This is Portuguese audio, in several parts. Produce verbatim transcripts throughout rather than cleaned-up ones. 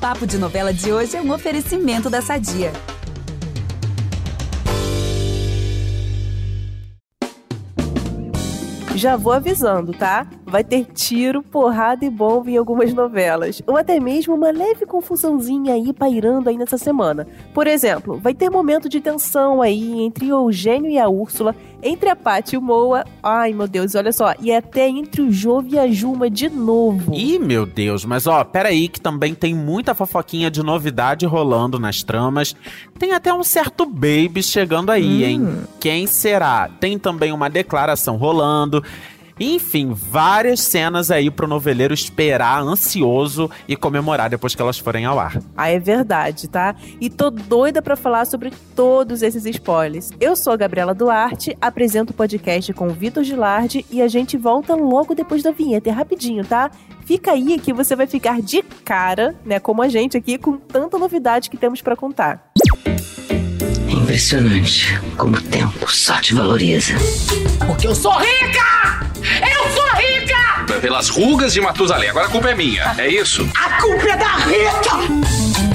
Papo de Novela de hoje é um oferecimento da Sadia. Já vou avisando, tá? Vai ter tiro, porrada e bomba em algumas novelas. Ou até mesmo uma leve confusãozinha aí pairando aí nessa semana. Por exemplo, vai ter momento de tensão aí entre o Eugênio e a Úrsula, entre a Paty e o Moa. Ai, meu Deus, olha só. E até entre o Jove e a Juma de novo. Ih, meu Deus, mas ó, peraí que também tem muita fofoquinha de novidade rolando nas tramas. Tem até um certo baby chegando aí, hum. hein? Quem será? Tem também uma declaração rolando. Enfim, várias cenas aí pro noveleiro esperar, ansioso e comemorar depois que elas forem ao ar. Ah, é verdade, tá? E tô doida pra falar sobre todos esses spoilers. Eu sou a Gabriela Duarte, apresento o podcast com o Vitor Gilardi e a gente volta logo depois da vinheta, é rapidinho, tá? Fica aí que você vai ficar de cara, né, como a gente aqui, com tanta novidade que temos pra contar. Impressionante como o tempo só te valoriza. Porque eu sou rica! Eu sou rica! Pelas rugas de Matusalém, agora a culpa é minha, é isso? A culpa é da Rita!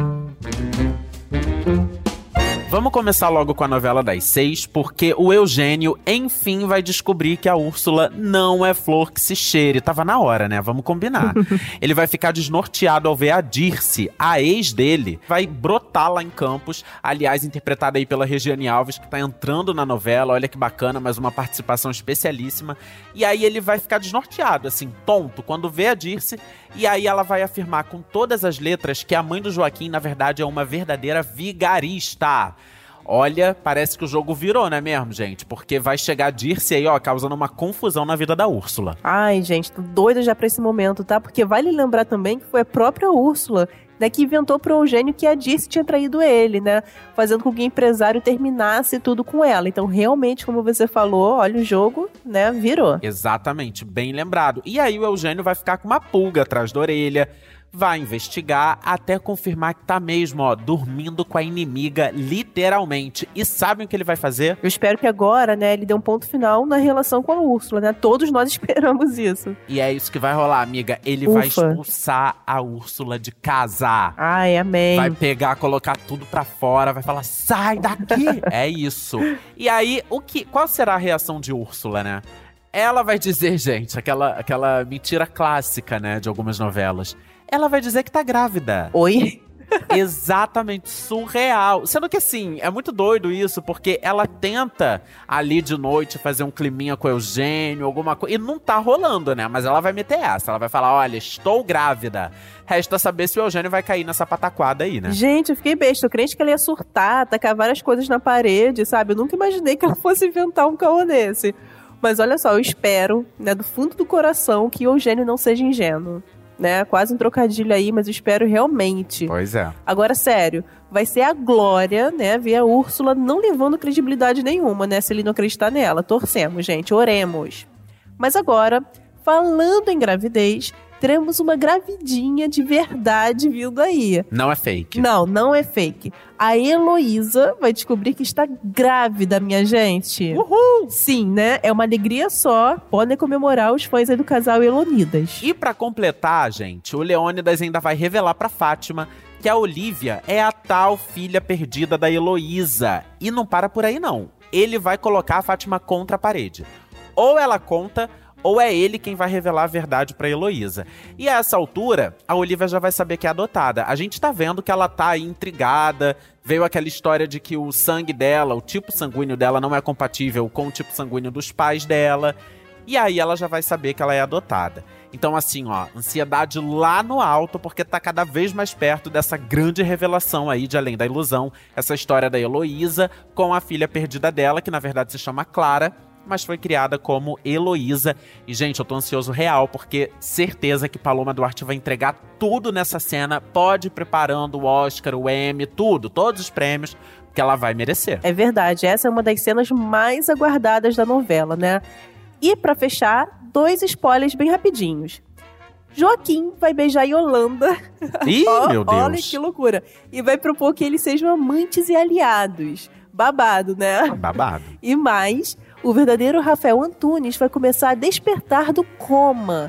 Vamos começar logo com a novela das seis, porque o Eugênio, enfim, vai descobrir que a Úrsula não é flor que se cheire. Tava na hora, né? Vamos combinar. Ele vai ficar desnorteado ao ver a Dirce, a ex dele, vai brotar lá em Campos, aliás, interpretada aí pela Regiane Alves, que tá entrando na novela. Olha que bacana, mas uma participação especialíssima. E aí ele vai ficar desnorteado, assim, tonto, quando vê a Dirce. E aí ela vai afirmar com todas as letras que a mãe do Joaquim, na verdade, é uma verdadeira vigarista. Olha, parece que o jogo virou, não é mesmo, gente? Porque vai chegar a Dirce aí, ó, causando uma confusão na vida da Úrsula. Ai, gente, tô doida já pra esse momento, tá? Porque vale lembrar também que foi a própria Úrsula, né, que inventou pro Eugênio que a Dirce tinha traído ele, né? Fazendo com que o empresário terminasse tudo com ela. Então, realmente, como você falou, olha, o jogo, né, virou. Exatamente, bem lembrado. E aí o Eugênio vai ficar com uma pulga atrás da orelha, vai investigar até confirmar que tá mesmo, ó, dormindo com a inimiga, literalmente. E sabem o que ele vai fazer? Eu espero que agora, né, ele dê um ponto final na relação com a Úrsula, né? Todos nós esperamos isso. E é isso que vai rolar, amiga. Ele Ufa. vai expulsar a Úrsula de casa. Ai, amém. Vai pegar, colocar tudo pra fora, vai falar, sai daqui! É isso. E aí, o que, qual será a reação de Úrsula, né? Ela vai dizer, gente, aquela, aquela mentira clássica, né, de algumas novelas. Ela vai dizer que tá grávida. Oi? Exatamente, surreal. Sendo que assim, é muito doido isso, porque ela tenta ali de noite fazer um climinha com o Eugênio, alguma coisa, e não tá rolando, né? Mas ela vai meter essa, ela vai falar, olha, estou grávida. Resta saber se o Eugênio vai cair nessa pataquada aí, né? Gente, eu fiquei besta, eu crente que ela ia surtar, tacar várias coisas na parede, sabe? Eu nunca imaginei que ela fosse inventar um caô desse. Mas olha só, eu espero, né, do fundo do coração, que o Eugênio não seja ingênuo. Né? Quase um trocadilho aí, mas eu espero realmente. Pois é. Agora, sério, vai ser a glória, né? Ver a Úrsula não levando credibilidade nenhuma, né? Se ele não acreditar nela. Torcemos, gente, oremos. Mas agora, falando em gravidez, teremos uma gravidinha de verdade vindo aí. Não é fake. Não, não é fake. A Heloísa vai descobrir que está grávida, minha gente. Uhul! Sim, né? É uma alegria só. Podem comemorar os fãs aí do casal Elonidas. E pra completar, gente, o Leônidas ainda vai revelar pra Fátima que a Olívia é a tal filha perdida da Heloísa. E não para por aí, não. Ele vai colocar a Fátima contra a parede. Ou ela conta, ou é ele quem vai revelar a verdade pra Heloísa. E a essa altura, a Olívia já vai saber que é adotada. A gente tá vendo que ela tá aí intrigada. Veio aquela história de que o sangue dela, o tipo sanguíneo dela não é compatível com o tipo sanguíneo dos pais dela. E aí ela já vai saber que ela é adotada. Então assim, ó, ansiedade lá no alto, porque tá cada vez mais perto dessa grande revelação aí de Além da Ilusão. Essa história da Heloísa com a filha perdida dela, que na verdade se chama Clara, mas foi criada como Heloísa. E, gente, eu tô ansioso real, porque certeza que Paloma Duarte vai entregar tudo nessa cena. Pode ir preparando o Oscar, o Emmy, tudo, todos os prêmios que ela vai merecer. É verdade, essa é uma das cenas mais aguardadas da novela, né? E pra fechar, dois spoilers bem rapidinhos. Joaquim vai beijar Yolanda. Ih, oh, meu Deus. Olha que loucura. E vai propor que eles sejam amantes e aliados. Babado, né? Babado. E mais, o verdadeiro Rafael Antunes vai começar a despertar do coma.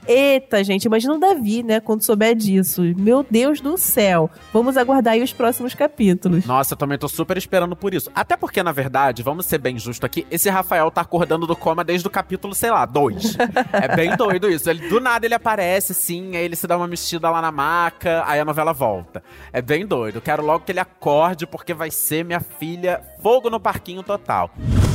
Eita, gente, imagina o Davi, né, quando souber disso. Meu Deus do céu. Vamos aguardar aí os próximos capítulos. Nossa, eu também tô super esperando por isso. Até porque, na verdade, vamos ser bem justo aqui, esse Rafael tá acordando do coma desde o capítulo, sei lá, dois. É bem doido isso. Ele, do nada ele aparece, sim, aí ele se dá uma mexida lá na maca, aí a novela volta. É bem doido. Quero logo que ele acorde, porque vai ser, minha filha, fogo no parquinho total.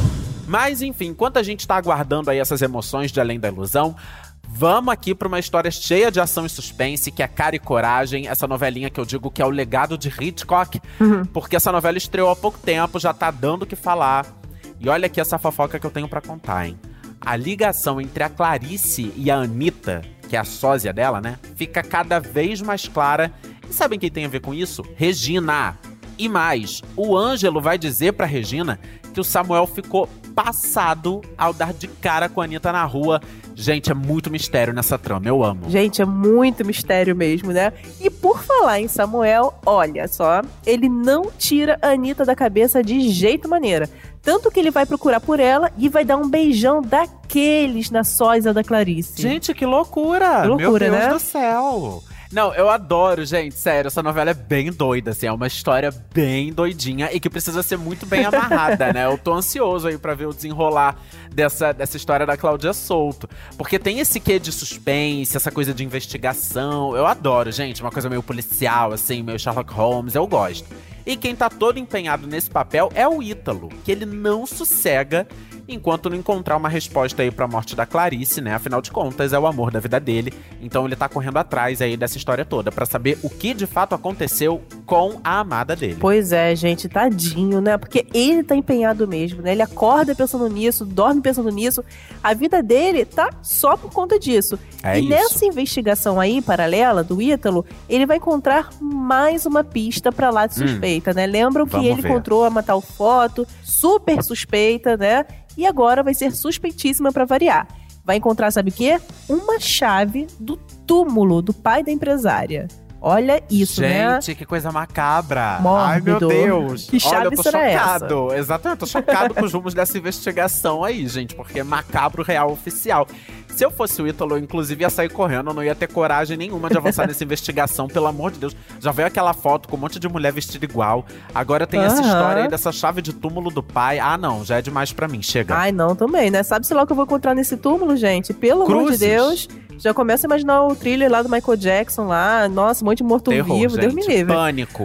Mas, enfim, enquanto a gente tá aguardando aí essas emoções de Além da Ilusão, vamos aqui para uma história cheia de ação e suspense, que é Cara e Coragem, essa novelinha que eu digo que é o legado de Hitchcock, uhum. porque essa novela estreou há pouco tempo, já tá dando o que falar. E olha aqui essa fofoca que eu tenho para contar, hein? A ligação entre a Clarice e a Anitta, que é a sósia dela, né, fica cada vez mais clara. E sabem quem tem a ver com isso? Regina. E mais, o Ângelo vai dizer pra Regina que o Samuel ficou passado ao dar de cara com a Anitta na rua. Gente, é muito mistério nessa trama, eu amo. Gente, é muito mistério mesmo, né? E por falar em Samuel, olha só, ele não tira a Anitta da cabeça de jeito maneira. Tanto que ele vai procurar por ela e vai dar um beijão daqueles na sósia da Clarice. Gente, que loucura! Que loucura, meu Deus, né? do céu! Não, eu adoro, gente, sério, essa novela é bem doida, assim, é uma história bem doidinha e que precisa ser muito bem amarrada, né? Eu tô ansioso aí pra ver o desenrolar dessa, dessa história da Cláudia Souto, porque tem esse quê de suspense, essa coisa de investigação, eu adoro, gente, uma coisa meio policial, assim, meio Sherlock Holmes, eu gosto. E quem tá todo empenhado nesse papel é o Ítalo, que ele não sossega enquanto não encontrar uma resposta aí pra morte da Clarice, né? Afinal de contas, é o amor da vida dele. Então ele tá correndo atrás aí dessa história toda pra saber o que de fato aconteceu com a amada dele. Pois é, gente, tadinho, né? Porque ele tá empenhado mesmo, né? Ele acorda pensando nisso, dorme pensando nisso. A vida dele tá só por conta disso. É e isso. Nessa investigação aí, paralela, do Ítalo, ele vai encontrar mais uma pista pra lá de suspeita, hum, né? Lembram que ele ver. encontrou uma tal foto super suspeita, né? E agora vai ser suspeitíssima pra variar. Vai encontrar, sabe o quê? Uma chave do túmulo do pai da empresária. Olha isso, gente, né? Gente, que coisa macabra. Mórbido. Ai, meu Deus. Que chave Olha, eu tô será chocado. essa? Exatamente, eu tô chocado com os rumos dessa investigação aí, gente, porque é macabro real oficial. Se eu fosse o Ítalo, eu inclusive ia sair correndo, eu não ia ter coragem nenhuma de avançar nessa investigação, pelo amor de Deus. Já veio aquela foto com um monte de mulher vestida igual. Agora tem uhum. essa história aí dessa chave de túmulo do pai. Ah, não, já é demais pra mim, chega. Ai, não, também, né? Sabe-se lá o que eu vou encontrar nesse túmulo, gente? Pelo Cruzes. amor de Deus. Já começa a imaginar o thriller lá do Michael Jackson lá. Nossa, um monte de morto-vivo, Deus me livre. Pânico.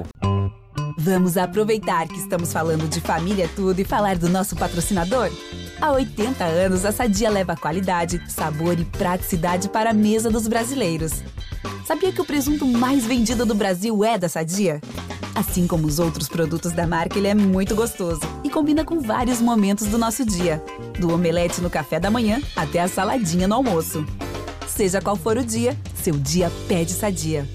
Vamos aproveitar que estamos falando de família tudo e falar do nosso patrocinador? Há oitenta anos, a Sadia leva qualidade, sabor e praticidade para a mesa dos brasileiros. Sabia que o presunto mais vendido do Brasil é da Sadia? Assim como os outros produtos da marca, ele é muito gostoso e combina com vários momentos do nosso dia. Do omelete no café da manhã até a saladinha no almoço. Seja qual for o dia, seu dia pede Sadia.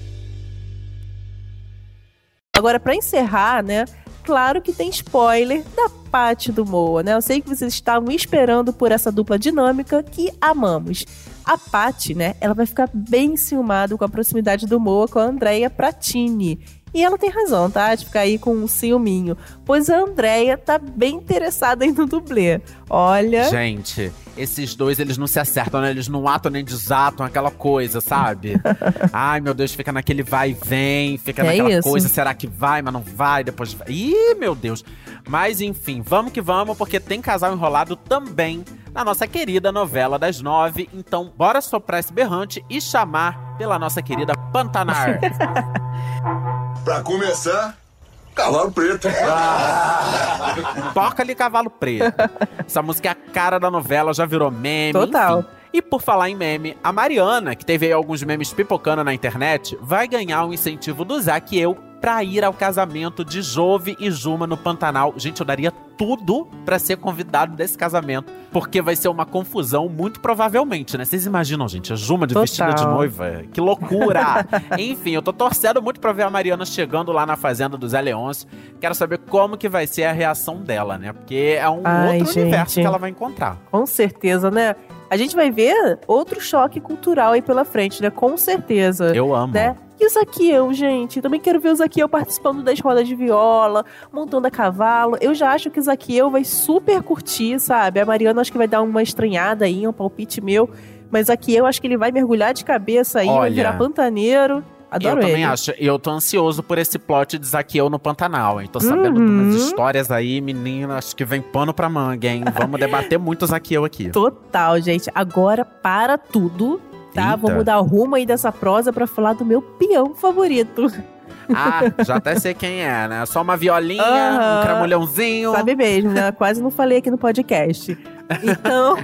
Agora, pra encerrar, né? Claro que tem spoiler da Paty do Moa, né? Eu sei que vocês estavam esperando por essa dupla dinâmica que amamos. A Paty, né? Ela vai ficar bem ciumada com a proximidade do Moa com a Andréia Pratini. E ela tem razão, tá? De ficar aí com um ciúminho. Pois a Andréia tá bem interessada aí no dublê. Olha... Gente, esses dois, eles não se acertam, né? Eles não atam nem desatam, aquela coisa, sabe? Ai, meu Deus, fica naquele vai e vem, fica é naquela isso. coisa, será que vai, mas não vai, depois vai. Ih, meu Deus. Mas enfim, vamos que vamos, porque tem casal enrolado também na nossa querida novela das nove. Então, bora soprar esse berrante e chamar pela nossa querida Pantanar. Pra começar, Cavalo Preto. Ah, toca ali Cavalo Preto. Essa música é a cara da novela, já virou meme. Total. Enfim. E por falar em meme, a Mariana, que teve aí alguns memes pipocando na internet, vai ganhar um incentivo do Zac e eu pra ir ao casamento de Jove e Juma no Pantanal. Gente, eu daria tudo pra ser convidado desse casamento, porque vai ser uma confusão, muito provavelmente, né? Vocês imaginam, gente, a Juma de Total. vestida de noiva? Que loucura! Enfim, eu tô torcendo muito pra ver a Mariana chegando lá na fazenda do Zé Leôncio. Quero saber como que vai ser a reação dela, né? Porque é um Ai, outro gente. universo que ela vai encontrar. Com certeza, né? A gente vai ver outro choque cultural aí pela frente, né? Com certeza. Eu amo. Né? E o Zaquiel, gente? Também quero ver o Zaquiel participando das rodas de viola, montando a cavalo. Eu já acho que o Zaquiel vai super curtir, sabe? A Mariana acho que vai dar uma estranhada aí, um palpite meu. Mas aqui eu acho que ele vai mergulhar de cabeça aí, vai Olha, virar pantaneiro. Adoro eu ele. também acho. Eu tô ansioso por esse plot de Zaqueu no Pantanal, hein? Tô sabendo Uhum. de umas histórias aí, menina. Acho que vem pano pra manga, hein? Vamos debater muito Zaqueu aqui. Total, gente. Agora para tudo, tá? Eita. Vamos dar rumo aí dessa prosa pra falar do meu peão favorito. Ah, já até sei quem é, né? Só uma violinha, Aham. um cramulhãozinho. Sabe mesmo, né? Quase não falei aqui no podcast. Então,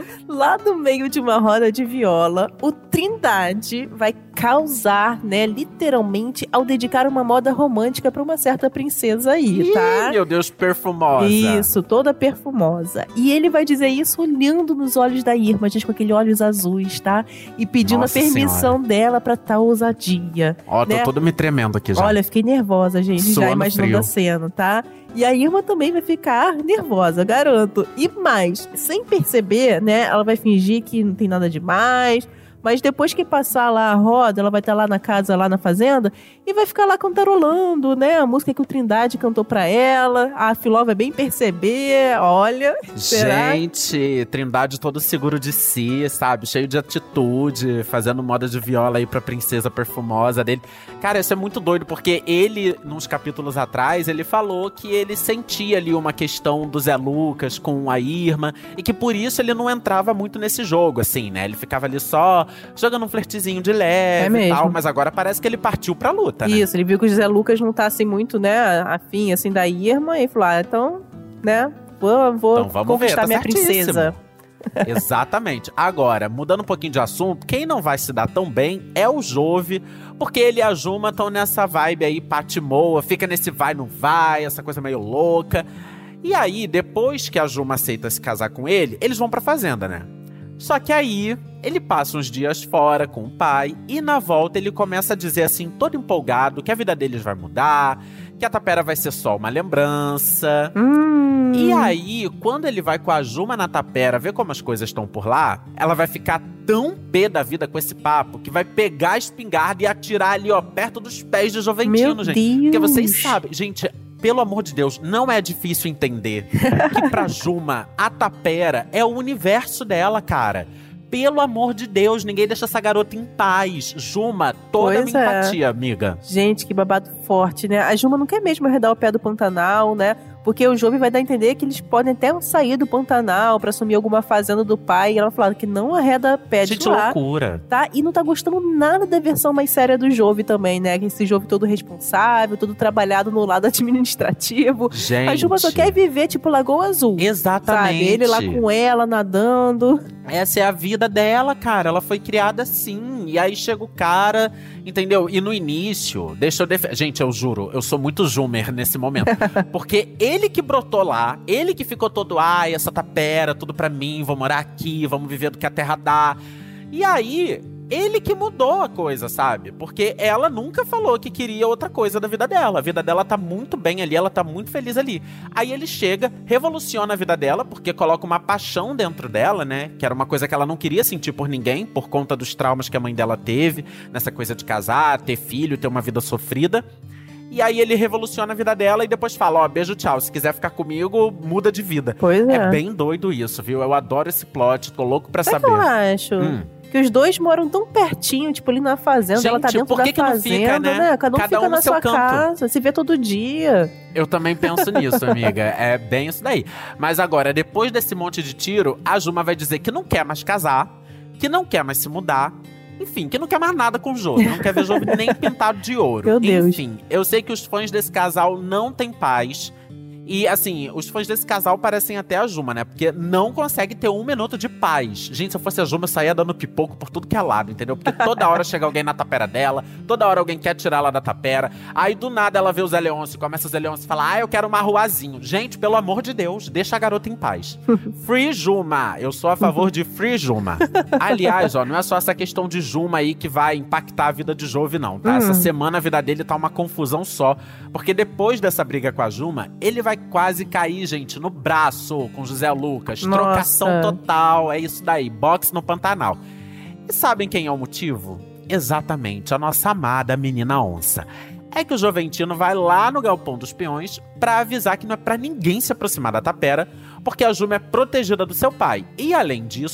lá no meio de uma roda de viola, o Trindade vai causar, né, literalmente, ao dedicar uma moda romântica pra uma certa princesa aí, tá? Ih, meu Deus, perfumosa. Isso, toda perfumosa. E ele vai dizer isso olhando nos olhos da Irma, gente, com aqueles olhos azuis, tá? E pedindo Nossa a permissão Senhora. dela pra tal ousadia. Ó, tô né? todo me tremendo aqui já. Olha, fiquei nervosa, gente, já Suando imaginando frio. a cena, tá? E a Irma também vai ficar nervosa, garanto. E mais, sem perceber, né, ela vai fingir que não tem nada demais. Mas depois que passar lá a roda, ela vai estar lá na casa, lá na fazenda, e vai ficar lá cantarolando, né? A música que o Trindade cantou pra ela. A Filó vai bem perceber, olha. será? Gente, Trindade todo seguro de si, sabe? Cheio de atitude, fazendo moda de viola aí pra princesa perfumosa dele. Cara, isso é muito doido, porque ele, nos capítulos atrás, ele falou que ele sentia ali uma questão do Zé Lucas com a Irma, e que por isso ele não entrava muito nesse jogo, assim, né? Ele ficava ali só jogando um flertezinho de leve É e mesmo. tal, mas agora parece que ele partiu pra luta, né? Isso, ele viu que o José Lucas não tá assim muito, né, afim, assim, da Irma, e falou, ah, então, né, vou, vou Então, vamos conquistar ver, tá minha certíssimo. princesa. Exatamente. Agora, mudando um pouquinho de assunto, quem não vai se dar tão bem é o Jove, porque ele e a Juma estão nessa vibe aí, patimoa, fica nesse vai, não vai, essa coisa meio louca. E aí, depois que a Juma aceita se casar com ele, eles vão pra fazenda, né? Só que aí, ele passa uns dias fora com o pai e na volta ele começa a dizer assim, todo empolgado, que a vida deles vai mudar, que a Tapera vai ser só uma lembrança. Hum. E aí, quando ele vai com a Juma na Tapera ver como as coisas estão por lá, ela vai ficar tão pé da vida com esse papo que vai pegar a espingarda e atirar ali, ó, perto dos pés do Joventino, Meu gente. Deus. Porque vocês sabem, gente, pelo amor de Deus, não é difícil entender que pra Juma, a Tapera é o universo dela, cara. Pelo amor de Deus, ninguém deixa essa garota em paz. Juma, toda a Pois minha é. empatia, amiga. Gente, que babado forte, né? A Juma não quer mesmo arredar o pé do Pantanal, né? Porque o Jove vai dar a entender que eles podem até sair do Pantanal pra assumir alguma fazenda do pai. E ela vai falar que não arreda pé de Gente, lá, loucura. tá? E não tá gostando nada da versão mais séria do Jove também, né? Esse Jove todo responsável, todo trabalhado no lado administrativo. Gente. A Juma só quer viver, tipo, Lagoa Azul. Exatamente. Sabe? Ele lá com ela, nadando. Essa é a vida dela, cara. Ela foi criada assim. E aí chega o cara, entendeu? E no início, deixa eu defender. Gente, eu juro, eu sou muito Jumer nesse momento. Porque ele que brotou lá, ele que ficou todo, ai, essa tapera, tudo pra mim, vou morar aqui, vamos viver do que a terra dá. E aí, ele que mudou a coisa, sabe? Porque ela nunca falou que queria outra coisa da vida dela. A vida dela tá muito bem ali, ela tá muito feliz ali. Aí ele chega, revoluciona a vida dela, porque coloca uma paixão dentro dela, né? Que era uma coisa que ela não queria sentir por ninguém, por conta dos traumas que a mãe dela teve, nessa coisa de casar, ter filho, ter uma vida sofrida. E aí ele revoluciona a vida dela e depois fala, ó, beijo, tchau, se quiser ficar comigo, muda de vida. Pois é. É bem doido isso, viu? Eu adoro esse plot, tô louco pra Sabe o saber. que eu acho? Hum. Que os dois moram tão pertinho, tipo, ali na fazenda. Gente, ela tá dentro por da que que não fazenda, fica, né? né? Cada um Cada fica um na no seu sua canto. casa, se vê todo dia. Eu também penso nisso, amiga. É bem isso daí. Mas agora, depois desse monte de tiro, a Juma vai dizer que não quer mais casar, que não quer mais se mudar. Enfim, que não quer mais nada com o Jove. Não quer ver Jove nem pintado de ouro. Meu Deus. Enfim, eu sei que os fãs desse casal não têm paz. E, assim, os fãs desse casal parecem até a Juma, né? Porque não consegue ter um minuto de paz. Gente, se eu fosse a Juma, eu saía dando pipoco por tudo que é lado, entendeu? Porque toda hora chega alguém na tapera dela, toda hora alguém quer tirar ela da tapera. Aí, do nada, ela vê o Zé Leôncio, começa o Zé Leôncio e fala, ah, eu quero um marruazinho. Gente, pelo amor de Deus, deixa a garota em paz. Free Juma. Eu sou a favor de Free Juma. Aliás, ó, não é só essa questão de Juma aí que vai impactar a vida de Jove, não, tá? Hum. Essa semana a vida dele tá uma confusão só. Porque depois dessa briga com a Juma, ele vai quase cair, gente, no braço com José Lucas. Nossa. Trocação total, é isso daí, boxe no Pantanal. E sabem quem é o motivo? Exatamente, a nossa amada menina onça. É que o Joventino vai lá no Galpão dos Peões pra avisar que não é pra ninguém se aproximar da tapera, porque a Juma é protegida do seu pai. E além disso,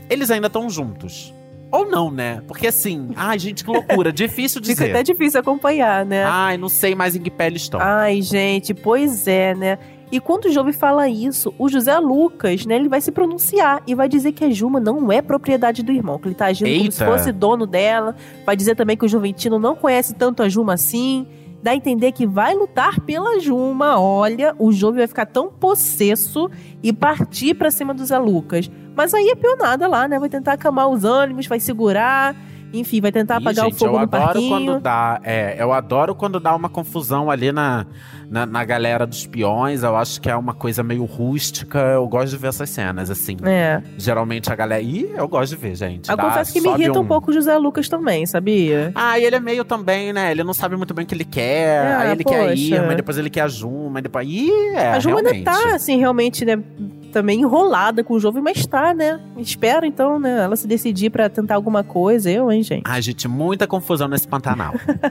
eles ainda estão juntos. Ou não, né? Porque assim, ai, gente, que loucura, difícil dizer. Fica até difícil acompanhar, né? Ai, não sei mais em que pé eles estão. Ai, gente, pois é, né? E quando o Jove fala isso, o José Lucas, né, ele vai se pronunciar e vai dizer que a Juma não é propriedade do irmão, que ele tá agindo Eita. como se fosse dono dela. Vai dizer também que o Juventino não conhece tanto a Juma assim. Dá a entender que vai lutar pela Juma. Olha, o Jove vai ficar tão possesso e partir pra cima do Zé Lucas. Mas aí é pionada lá, né? Vai tentar acalmar os ânimos, vai segurar... Enfim, vai tentar apagar Ih, gente, o fogo eu no parquinho. adoro quando dá, é, eu adoro quando dá uma confusão ali na, na, na galera dos peões. Eu acho que é uma coisa meio rústica. Eu gosto de ver essas cenas, assim. É. Geralmente a galera... Ih, eu gosto de ver, gente. Eu Dá, confesso que me sobe irrita um... um pouco o José Lucas também, sabia? Ah, e ele é meio também, né? Ele não sabe muito bem o que ele quer. É, aí ele poxa. quer a Irma, e depois ele quer a Juma, e depois... Ih, é, a Juma ainda realmente. tá, assim, realmente, né, também enrolada com o Jove, mas tá, né? Espera, então, né, ela se decidir pra tentar alguma coisa. Eu, hein, gente? Ai, gente, muita confusão nesse Pantanal.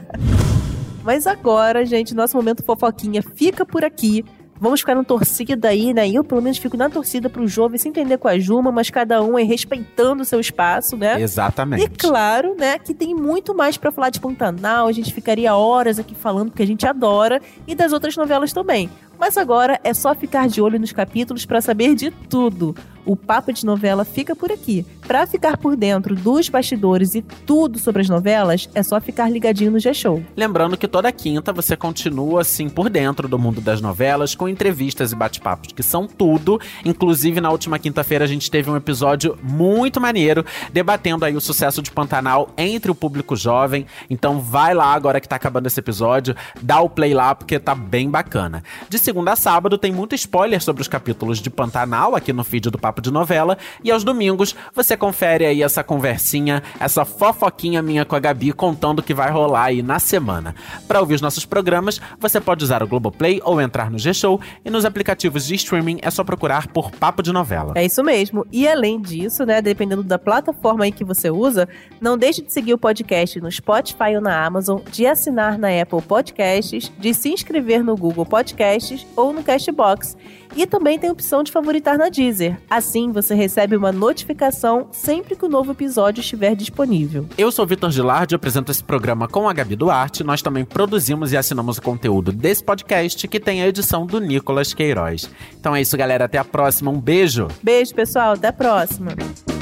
Mas agora, gente, nosso momento fofoquinha fica por aqui. Vamos ficar na torcida aí, né? Eu, pelo menos, fico na torcida pro Jove se entender com a Juma, mas cada um aí respeitando o seu espaço, né? Exatamente. E claro, né, que tem muito mais pra falar de Pantanal. A gente ficaria horas aqui falando, porque a gente adora. E das outras novelas também. Mas agora é só ficar de olho nos capítulos pra saber de tudo. O Papo de Novela fica por aqui. Pra ficar por dentro dos bastidores e tudo sobre as novelas, é só ficar ligadinho no G-Show. Lembrando que toda quinta você continua, assim, por dentro do mundo das novelas, com entrevistas e bate-papos, que são tudo. Inclusive, na última quinta-feira, a gente teve um episódio muito maneiro, debatendo aí o sucesso de Pantanal entre o público jovem. Então vai lá, agora que tá acabando esse episódio, dá o play lá, porque tá bem bacana. De segunda a sábado tem muito spoiler sobre os capítulos de Pantanal aqui no feed do Papo de Novela, e aos domingos você confere aí essa conversinha, essa fofoquinha minha com a Gabi contando o que vai rolar aí na semana. Para ouvir os nossos programas, você pode usar o Globoplay ou entrar no G-Show, e nos aplicativos de streaming é só procurar por Papo de Novela. É isso mesmo. E além disso, né, dependendo da plataforma aí que você usa, não deixe de seguir o podcast no Spotify ou na Amazon, de assinar na Apple Podcasts, de se inscrever no Google Podcasts ou no Castbox. E também tem a opção de favoritar na Deezer. Assim, você recebe uma notificação sempre que o novo episódio estiver disponível. Eu sou Vitor Gilardi, apresento esse programa com a Gabi Duarte. Nós também produzimos e assinamos o conteúdo desse podcast, que tem a edição do Nicolas Queiroz. Então é isso, galera. Até a próxima. Um beijo! Beijo, pessoal. Até a próxima.